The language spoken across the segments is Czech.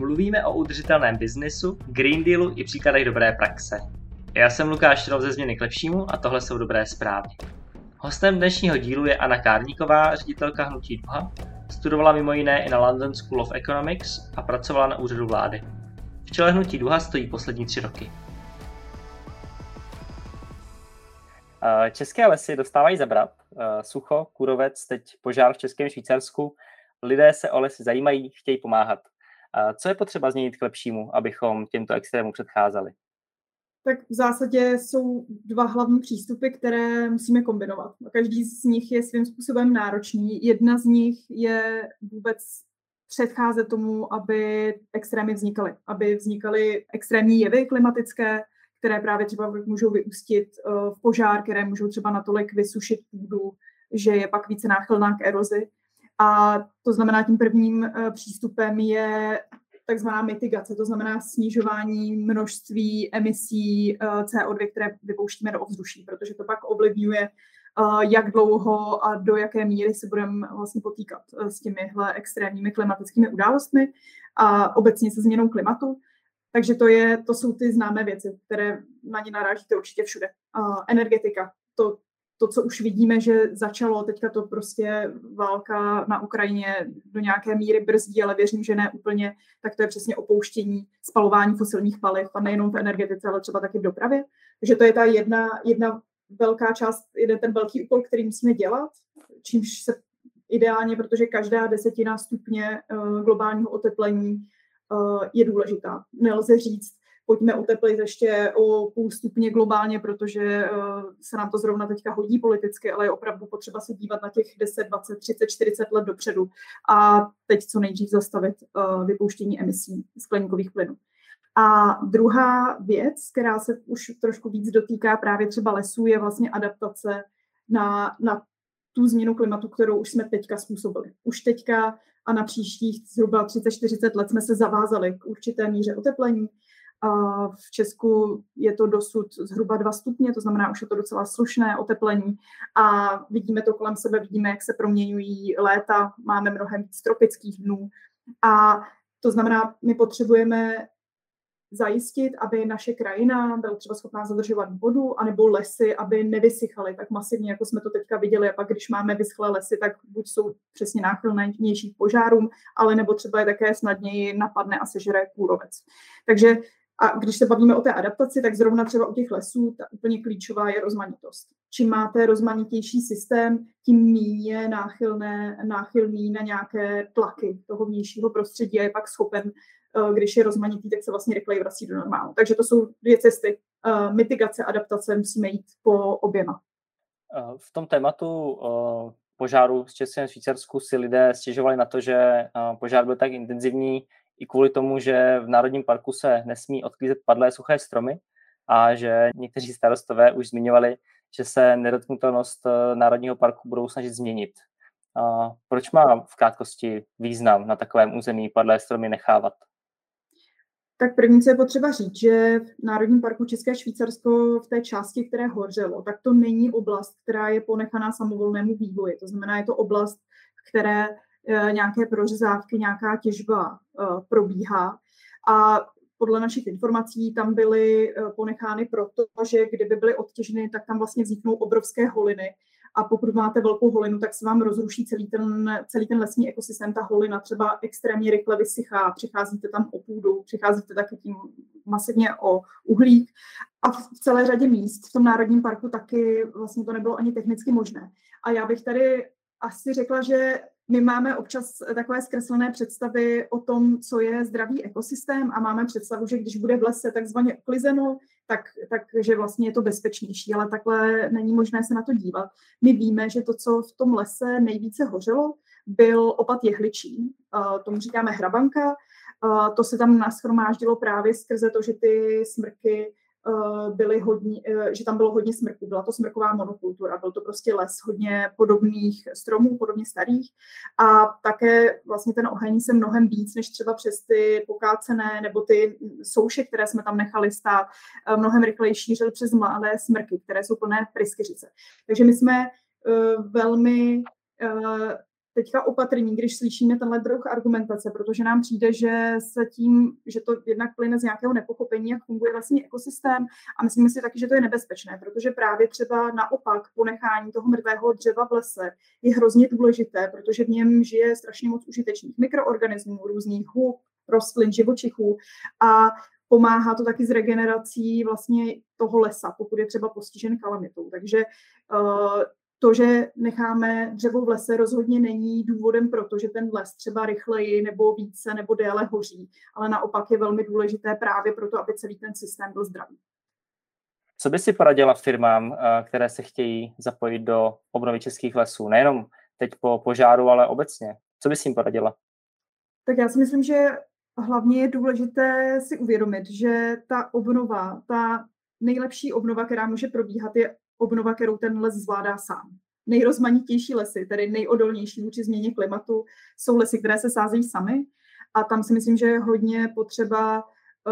Mluvíme o udržitelném biznesu, Green Dealu i příkladech dobré praxe. Já jsem Lukáš Šrov ze Změny k lepšímu a tohle jsou dobré zprávy. Hostem dnešního dílu je Anna Kárníková, ředitelka Hnutí Duha. Studovala mimo jiné i na London School of Economics a pracovala na úřadu vlády. V čele Hnutí Duha stojí poslední 3 roky. České lesy dostávají zabrat. Sucho, kůrovec, teď požár v Českém Švýcarsku. Lidé se o lesy zajímají, chtějí pomáhat. Co je potřeba změnit k lepšímu, abychom těmto extrémům předcházeli? Tak v zásadě jsou 2 hlavní přístupy, které musíme kombinovat. Každý z nich je svým způsobem náročný. Jedna z nich je vůbec předcházet tomu, aby extrémy vznikaly. Aby vznikaly extrémní jevy klimatické, které právě třeba můžou vyústit v požár, které můžou třeba natolik vysušit půdu, že je pak více náchylná k erozi. A to znamená, tím prvním přístupem je takzvaná mitigace, to znamená snižování množství emisí CO2, které vypouštíme do ovzduší, protože to pak ovlivňuje, jak dlouho a do jaké míry se budeme vlastně potýkat s těmihle extrémními klimatickými událostmi a obecně se změnou klimatu. Takže to jsou ty známé věci, které na ně narážíte určitě všude. Energetika, to, co už vidíme, že začalo, teďka to prostě válka na Ukrajině do nějaké míry brzdí, ale věřím, že ne úplně, tak to je přesně opouštění, spalování fosilních paliv a nejenom v energetice, ale třeba taky v dopravě. Takže to je ta jedna velká část, ten velký úkol, který musíme dělat, čímž se ideálně, protože každá 10 stupně globálního oteplení je důležitá. Nelze říct, pojďme oteplit ještě o půl stupně globálně, protože se nám to zrovna teďka hodí politicky, ale je opravdu potřeba se dívat na těch 10, 20, 30, 40 let dopředu a teď co nejdřív zastavit vypouštění emisí skleníkových plynů. A druhá věc, která se už trošku víc dotýká právě třeba lesů, je vlastně adaptace na tu změnu klimatu, kterou už jsme teďka způsobili. Už teďka a na příštích zhruba 30-40 let jsme se zavázali k určité míře oteplení. V Česku je to dosud zhruba 2 stupně, to znamená, už je to docela slušné oteplení a vidíme to kolem sebe, vidíme, jak se proměňují léta, máme mnohem víc tropických dnů a to znamená, my potřebujeme zajistit, aby naše krajina byla třeba schopná zadržovat vodu, anebo lesy, aby nevysychaly tak masivně, jako jsme to teďka viděli. A pak, když máme vyschlé lesy, tak buď jsou přesně náchylnější k požárům, ale nebo třeba je také snadněji napadne a sežere kůrovec. Takže a když se bavíme o té adaptaci, tak zrovna třeba u těch lesů ta úplně klíčová je rozmanitost. Čím máte rozmanitější systém, tím méně je náchylný na nějaké tlaky toho vnějšího prostředí a je pak schopen, když je rozmanitý, tak se vlastně rychleji vrací do normálu. Takže to jsou 2 cesty. Mitigace, adaptace, musíme jít po oběma. V tom tématu požáru v Českém Švýcarsku si lidé stěžovali na to, že požár byl tak intenzivní i kvůli tomu, že v Národním parku se nesmí odklízet padlé suché stromy a že někteří starostové už zmiňovali, že se nedotknutelnost Národního parku budou snažit změnit. Proč má v krátkosti význam na takovém území padlé stromy nechávat? Tak první, co je potřeba říct, že v Národním parku České Švýcarsko v té části, které hořelo, tak to není oblast, která je ponechaná samovolnému vývoji. To znamená, je to oblast, v které nějaké prořezávky, nějaká těžba probíhá. A podle našich informací tam byly ponechány proto, že kdyby byly odtěženy, tak tam vlastně vzniknou obrovské holiny. A pokud máte velkou holinu, tak se vám rozruší celý ten lesní ekosystém. Ta holina třeba extrémně rychle vysychá, přicházíte tam o půdu, přicházíte taky tím masivně o uhlík. A v celé řadě míst v tom národním parku taky vlastně to nebylo ani technicky možné. A já bych tady asi řekla, že my máme občas takové zkreslené představy o tom, co je zdravý ekosystém a máme představu, že když bude v lese takzvaně uklizeno, takže vlastně je to bezpečnější, ale takhle není možné se na to dívat. My víme, že to, co v tom lese nejvíce hořelo, byl opat jehličí. Tomu říkáme hrabanka. To se tam nashromáždilo právě skrze to, že ty smrky že tam bylo hodně smrků. Byla to smrková monokultura, byl to prostě les hodně podobných stromů, podobně starých a také vlastně ten oheň se mnohem víc, než třeba přes ty pokácené nebo ty souše, které jsme tam nechali stát, mnohem rychleji šířil přes mladé smrky, které jsou plné pryskyřice. Takže my jsme velmi teďka opatrní, když slyšíme tenhle druh argumentace, protože nám přijde, že se tím, že to jednak plyne z nějakého nepochopení, jak funguje vlastně ekosystém, a myslíme si taky, že to je nebezpečné, protože právě třeba naopak ponechání toho mrtvého dřeva v lese je hrozně důležité, protože v něm žije strašně moc užitečných mikroorganismů, různých hub, rostlin, živočichů a pomáhá to taky s regenerací vlastně toho lesa, pokud je třeba postižen kalamitou. Takže to, že necháme dřevo v lese, rozhodně není důvodem pro to, že ten les třeba rychleji nebo více nebo déle hoří, ale naopak je velmi důležité právě proto, aby celý ten systém byl zdravý. Co by si poradila firmám, které se chtějí zapojit do obnovy českých lesů? Nejenom teď po požáru, ale obecně. Co by si jim poradila? Tak já si myslím, že hlavně je důležité si uvědomit, že ta obnova, ta nejlepší obnova, která může probíhat, je obnova, kterou ten les zvládá sám. Nejrozmanitější lesy, tedy nejodolnější vůči změně klimatu, jsou lesy, které se sázejí samy. A tam si myslím, že je hodně potřeba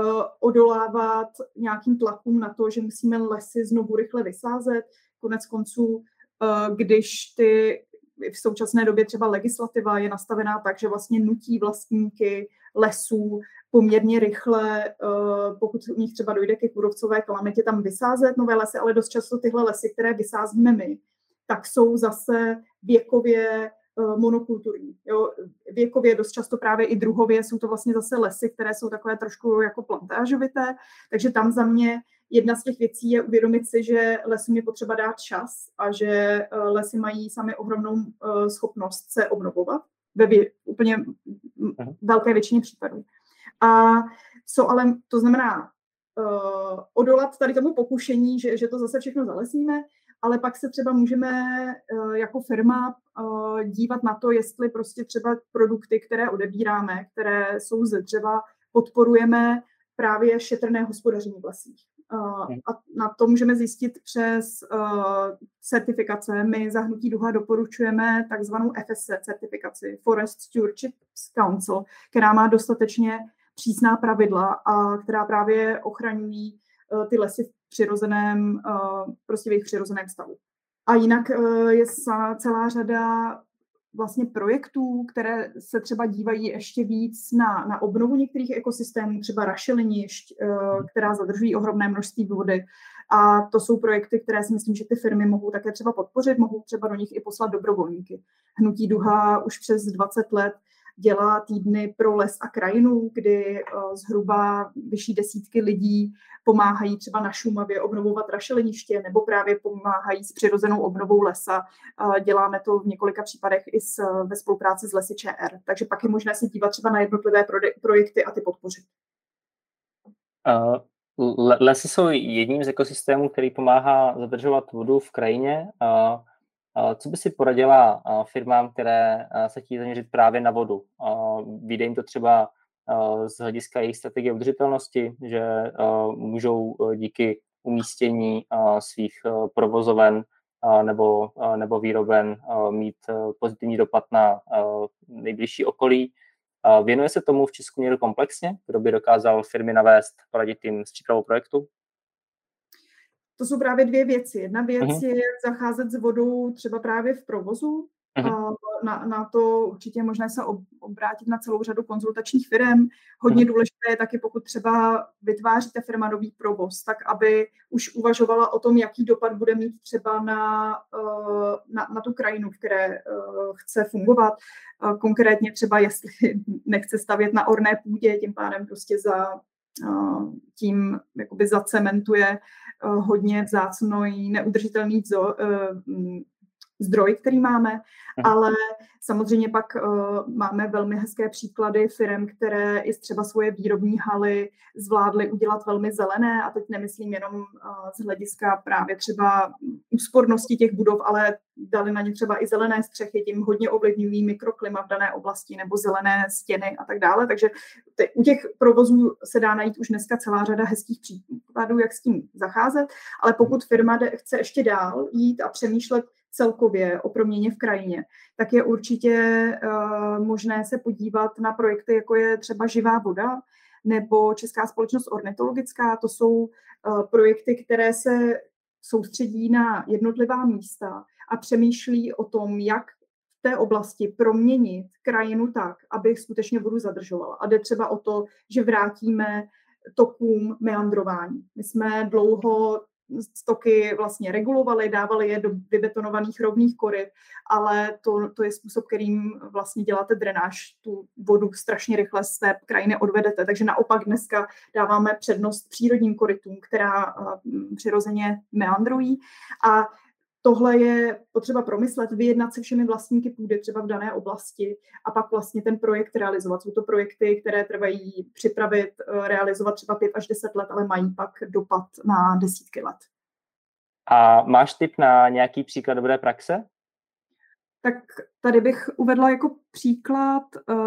odolávat nějakým tlakům na to, že musíme lesy znovu rychle vysázet. Konec konců, když v současné době třeba legislativa je nastavená tak, že vlastně nutí vlastníky lesů poměrně rychle, pokud u nich třeba dojde ke kůrovcové kalamitě, tam vysázet nové lesy, ale dost často tyhle lesy, které vysázíme my, tak jsou zase věkově monokulturní. Jo? Věkově dost často právě i druhově jsou to vlastně zase lesy, které jsou takové trošku jako plantážovité, takže tam za mě jedna z těch věcí je uvědomit si, že lesům je potřeba dát čas a že lesy mají sami ohromnou schopnost se obnovovat ve úplně velké většině případů. A co ale to znamená odolat tady tomu pokušení, že to zase všechno zalesníme, ale pak se třeba můžeme jako firma dívat na to, jestli prostě třeba produkty, které odebíráme, které jsou ze dřeva, podporujeme právě šetrné hospodaření v lesích. A na to můžeme zjistit přes certifikace. My za Hnutí Duha doporučujeme takzvanou FSC certifikaci, Forest Stewardship Council, která má dostatečně přísná pravidla a která právě ochraňují ty lesy v přirozeném, prostě v jejich přirozeném stavu. A jinak je celá řada vlastně projektů, které se třeba dívají ještě víc na obnovu některých ekosystémů, třeba rašelinišť, která zadržují ohromné množství vody. A to jsou projekty, které si myslím, že ty firmy mohou také třeba podpořit, mohou třeba do nich i poslat dobrovolníky. Hnutí Duha už přes 20 let dělá týdny pro les a krajinu, kdy zhruba vyšší desítky lidí pomáhají třeba na Šumavě obnovovat rašeliniště nebo právě pomáhají s přirozenou obnovou lesa. Děláme to v několika případech i ve spolupráci s Lesy ČR. Takže pak je možné se dívat třeba na jednotlivé projekty a ty podpořit. Lesy jsou jedním z ekosystémů, který pomáhá zadržovat vodu v krajině. Co by si poradila firmám, které se chtějí zaměřit právě na vodu? Vyjde jim to třeba z hlediska jejich strategie udržitelnosti, že můžou díky umístění svých provozoven nebo výroben mít pozitivní dopad na nejbližší okolí. Věnuje se tomu v Česku někdo komplexně, kdo by dokázal firmy navést, poradit jim s přípravou projektu? To jsou právě dvě věci. Jedna věc je, jak zacházet s vodou třeba právě v provozu. Na to určitě možné se obrátit na celou řadu konzultačních firem. Hodně důležité je taky, pokud třeba vytváří ta firma nový provoz, tak aby už uvažovala o tom, jaký dopad bude mít třeba na tu krajinu, v které chce fungovat. Konkrétně třeba, jestli nechce stavět na orné půdě, tím pádem prostě tím jakoby zacementuje hodně vzácný, neudržitelný zdroj, který máme, ale samozřejmě pak máme velmi hezké příklady firem, které i třeba svoje výrobní haly zvládly udělat velmi zelené, a teď nemyslím jenom z hlediska právě třeba úspornosti těch budov, ale dali na ně třeba i zelené střechy, tím hodně ovlivňují mikroklima v dané oblasti nebo zelené stěny a tak dále, takže u těch provozů se dá najít už dneska celá řada hezkých příkladů, jak s tím zacházet, ale pokud firma chce ještě dál jít a přemýšlet celkově o proměně v krajině, tak je určitě možné se podívat na projekty, jako je třeba Živá voda nebo Česká společnost ornitologická. To jsou projekty, které se soustředí na jednotlivá místa a přemýšlí o tom, jak v té oblasti proměnit krajinu tak, aby skutečně vodu zadržovala. A jde třeba o to, že vrátíme tokům meandrování. My jsme dlouho stoky vlastně regulovali, dávali je do vybetonovaných rovných koryt, ale to je způsob, kterým vlastně děláte drenáž. Tu vodu strašně rychle z té krajiny odvedete. Takže naopak dneska dáváme přednost přírodním korytům, která přirozeně meandrují. A tohle je potřeba promyslet, vyjednat se všemi vlastníky půdy třeba v dané oblasti a pak vlastně ten projekt realizovat. Jsou to projekty, které trvají připravit, realizovat třeba 5 až 10 let, ale mají pak dopad na desítky let. A máš tip na nějaký příklad dobré praxe? Tak tady bych uvedla jako příklad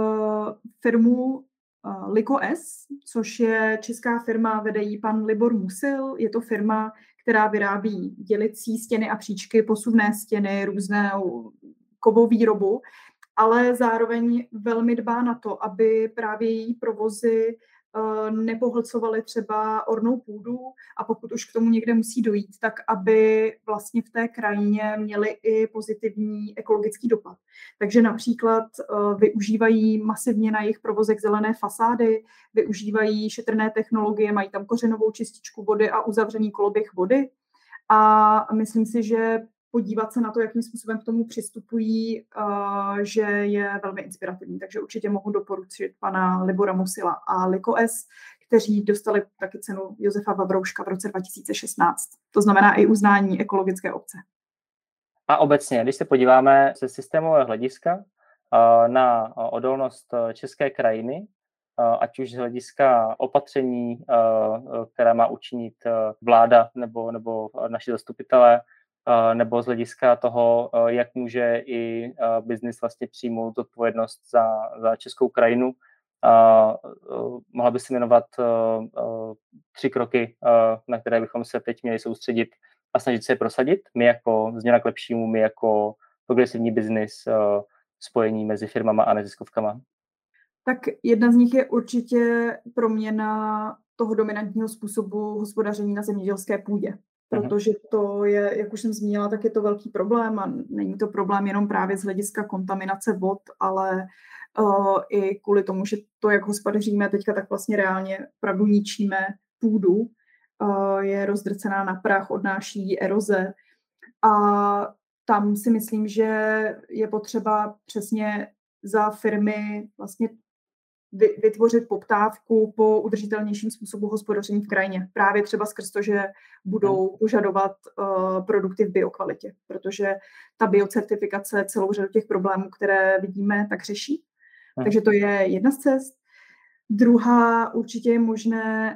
firmu Liko-S, což je česká firma, vede ji pan Libor Musil. Je to firma, která vyrábí dělicí stěny a příčky, posuvné stěny, různou kovovýrobu, ale zároveň velmi dbá na to, aby právě její provozy nepohlcovaly třeba ornou půdu a pokud už k tomu někde musí dojít, tak aby vlastně v té krajině měly i pozitivní ekologický dopad. Takže například využívají masivně na jejich provozech zelené fasády, využívají šetrné technologie, mají tam kořenovou čističku vody a uzavřený koloběh vody. A myslím si, že podívat se na to, jakým způsobem k tomu přistupují, že je velmi inspirativní. Takže určitě mohu doporučit pana Libora Musila a Liko-S, kteří dostali taky cenu Josefa Vavrouška v roce 2016. To znamená i uznání ekologické obce. A obecně, když se podíváme ze systémového hlediska na odolnost české krajiny, ať už z hlediska opatření, která má učinit vláda nebo naši zastupitelé, nebo z hlediska toho, jak může i biznis vlastně přijmout odpovědnost za českou krajinu. Mohla by si jmenovat 3 kroky, na které bychom se teď měli soustředit a snažit se je prosadit. My jako Změna k lepšímu, my jako progresivní biznis, spojení mezi firmama a neziskovkama. Tak jedna z nich je určitě proměna toho dominantního způsobu hospodaření na zemědělské půdě. Protože to je, jak už jsem zmínila, tak je to velký problém a není to problém jenom právě z hlediska kontaminace vod, ale i kvůli tomu, že to, jak hospodaříme teďka, tak vlastně reálně opravdu ničíme půdu, je rozdrcená na prach, odnáší eroze a tam si myslím, že je potřeba přesně za firmy vlastně vytvořit poptávku po udržitelnějším způsobu hospodaření v krajině. Právě třeba skrz to, že budou požadovat produkty v biokvalitě, protože ta biocertifikace celou řadu těch problémů, které vidíme, tak řeší. Takže to je jedna z cest. Druhá určitě je možné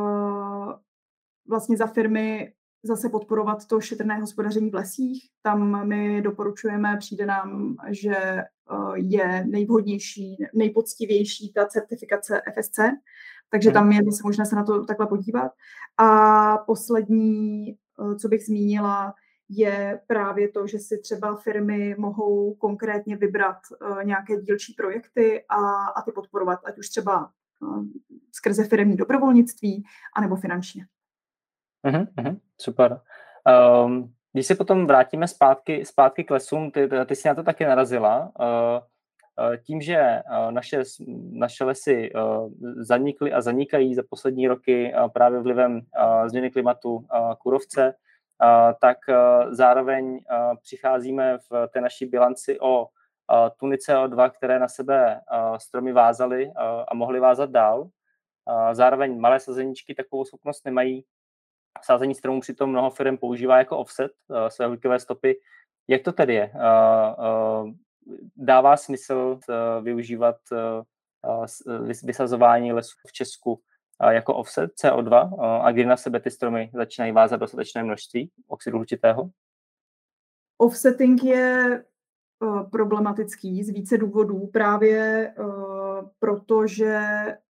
vlastně za firmy zase podporovat to šetrné hospodaření v lesích. Tam my doporučujeme, přijde nám, že je nejvhodnější, nejpoctivější ta certifikace FSC, takže tam je zase možné se na to takhle podívat. A poslední, co bych zmínila, je právě to, že si třeba firmy mohou konkrétně vybrat nějaké dílčí projekty a ty podporovat, ať už třeba skrze firemní dobrovolnictví, anebo finančně. Super. Když se potom vrátíme zpátky k lesům, ty jsi na to taky narazila. Tím, že naše lesy zanikly a zanikají za poslední roky právě vlivem změny klimatu, kůrovce, tak zároveň přicházíme v té naší bilanci o tuny CO2, které na sebe stromy vázaly a mohly vázat dál. Zároveň malé sazeničky takovou schopnost nemají. Sázení stromů přitom mnoho firm používá jako offset své uhlíkové stopy. Jak to tedy je? Dává smysl využívat vysazování lesů v Česku jako offset CO2 a kdy na sebe ty stromy začínají vázat dostatečné množství oxidu uhličitého? Offsetting je problematický z více důvodů, právě protože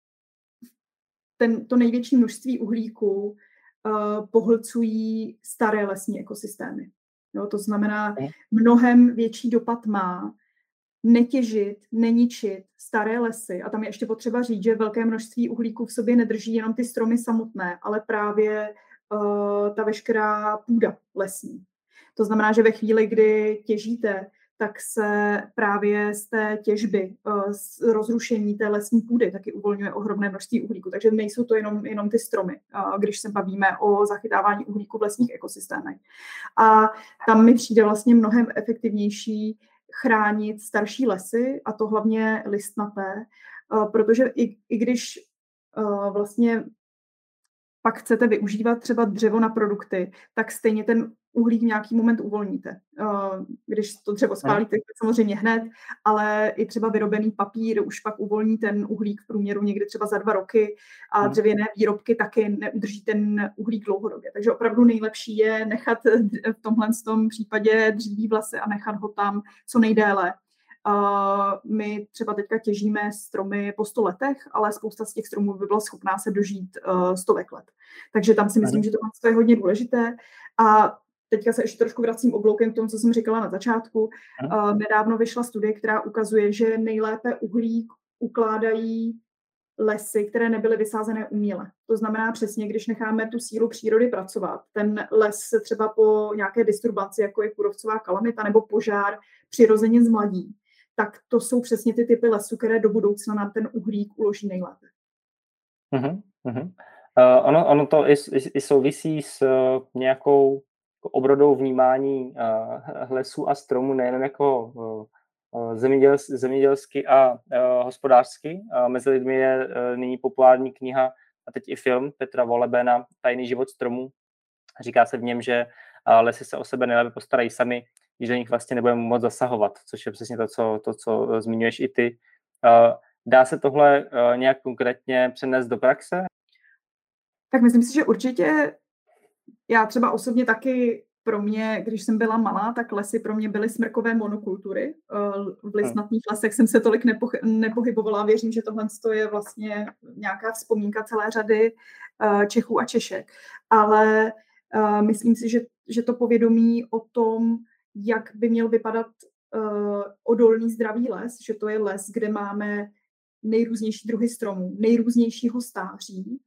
to největší množství uhlíku pohlcují staré lesní ekosystémy. Jo, to znamená, mnohem větší dopad má netěžit, neničit staré lesy. A tam je ještě potřeba říct, že velké množství uhlíku v sobě nedrží jenom ty stromy samotné, ale právě ta veškerá půda lesní. To znamená, že ve chvíli, kdy těžíte, tak se právě z té těžby, z rozrušení té lesní půdy taky uvolňuje ohromné množství uhlíku. Takže nejsou to jenom ty stromy, když se bavíme o zachytávání uhlíku v lesních ekosystémech. A tam mi přijde vlastně mnohem efektivnější chránit starší lesy, a to hlavně listnaté, protože i když vlastně pak chcete využívat třeba dřevo na produkty, tak stejně ten uhlík v nějaký moment uvolníte. Když to dřevo spálíte, tak samozřejmě hned, ale i třeba vyrobený papír už pak uvolní ten uhlík v průměru někdy třeba za 2 roky a dřevěné výrobky taky neudrží ten uhlík dlouhodobě. Takže opravdu nejlepší je nechat v tomhle případě dříví v lese a nechat ho tam co nejdéle. My třeba teďka těžíme stromy po 100 letech, ale spousta z těch stromů by byla schopná se dožít 100 let. Takže tam si myslím, že to je hodně důležité. A teďka se ještě trošku vracím obloukem k tomu, co jsem říkala na začátku. Nedávno vyšla studie, která ukazuje, že nejlépe uhlík ukládají lesy, které nebyly vysázené uměle. To znamená přesně, když necháme tu sílu přírody pracovat, ten les se třeba po nějaké disturbanci, jako je kůrovcová kalamita nebo požár, přirozeně zmladí, tak to jsou přesně ty typy lesů, které do budoucna nám ten uhlík uloží nejlépe. Ono to i souvisí s nějakou obrodou vnímání lesů a stromů, nejen jako zemědělsky a hospodářsky. Mezi lidmi je nyní populární kniha a teď i film Petra Wolebena Tajný život stromů. Říká se v něm, že lesy se o sebe nejlépe postarají sami, když do nich vlastně nebudeme moc zasahovat, což je přesně to, co zmiňuješ i ty. Dá se tohle nějak konkrétně přenést do praxe? Tak myslím si, že určitě. Já třeba osobně taky, pro mě, když jsem byla malá, tak lesy pro mě byly smrkové monokultury. V listnatých lesech jsem se tolik nepohybovala. Věřím, že tohle je vlastně nějaká vzpomínka celé řady Čechů a Češek. Ale myslím si, že to povědomí o tom, jak by měl vypadat odolný zdravý les, že to je les, kde máme nejrůznější druhy stromů, nejrůznějšího stáří,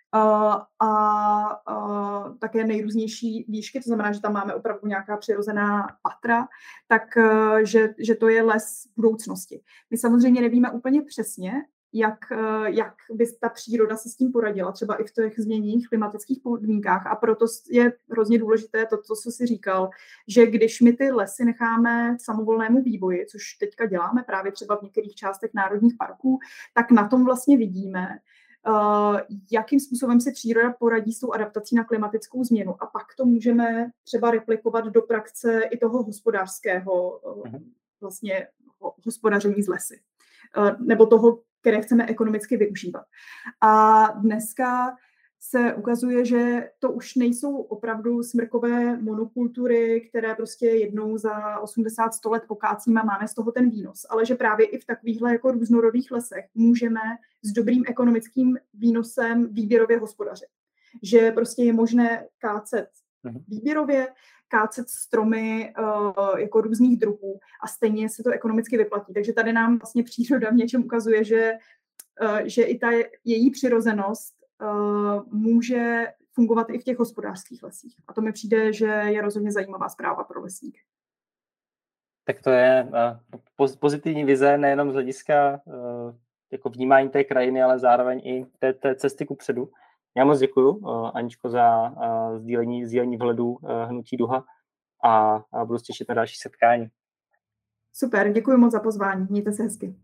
a také nejrůznější výšky, to znamená, že tam máme opravdu nějaká přirozená patra, tak že to je les budoucnosti. My samozřejmě nevíme úplně přesně, jak by ta příroda se s tím poradila, třeba i v těch změněných klimatických podmínkách, a proto je hrozně důležité to, co jsi říkal, že když my ty lesy necháme samovolnému vývoji, což teďka děláme právě třeba v některých částech národních parků, tak na tom vlastně vidíme, jakým způsobem se příroda poradí s tou adaptací na klimatickou změnu. A pak to můžeme třeba replikovat do praxe i toho hospodářského vlastně hospodaření z lesy. Nebo toho, které chceme ekonomicky využívat. A dneska se ukazuje, že to už nejsou opravdu smrkové monokultury, které prostě jednou za 80-100 let pokácíme a máme z toho ten výnos, ale že právě i v takovýchhle jako různorodých lesech můžeme s dobrým ekonomickým výnosem výběrově hospodařit. Že prostě je možné kácet výběrově, kácet stromy jako různých druhů a stejně se to ekonomicky vyplatí. Takže tady nám vlastně příroda v něčem ukazuje, že i ta její přirozenost může fungovat i v těch hospodářských lesích. A to mi přijde, že je rozhodně zajímavá zpráva pro lesníky. Tak to je pozitivní vize nejenom z hlediska jako vnímání té krajiny, ale zároveň i té cesty kupředu. Já moc děkuju, Aničko, za sdílení vhledu Hnutí Duha a budu se těšit na další setkání. Super, děkuji moc za pozvání. Mějte se hezky.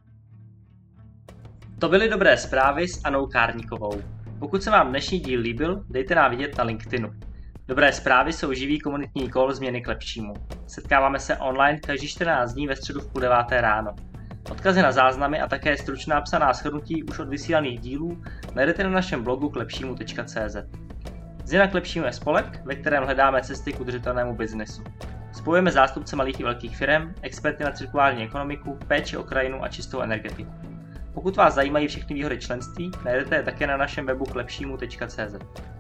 To byly dobré zprávy s Anou Kárníkovou. Pokud se vám dnešní díl líbil, dejte nám vidět na LinkedInu. Dobré zprávy jsou živý komunitní call změny k lepšímu. Setkáváme se online každý 14 dní ve středu v 9:30 ráno. Odkazy na záznamy a také stručná psaná shrnutí už od vysílaných dílů najdete na našem blogu klepšímu.cz. Změna k lepšímu je spolek, ve kterém hledáme cesty k udržitelnému biznesu. Spojujeme zástupce malých i velkých firem, experty na cirkulární ekonomiku, péči o krajinu a čistou energetiku. Pokud vás zajímají všechny výhody členství, najdete je také na našem webu klepšímu.cz.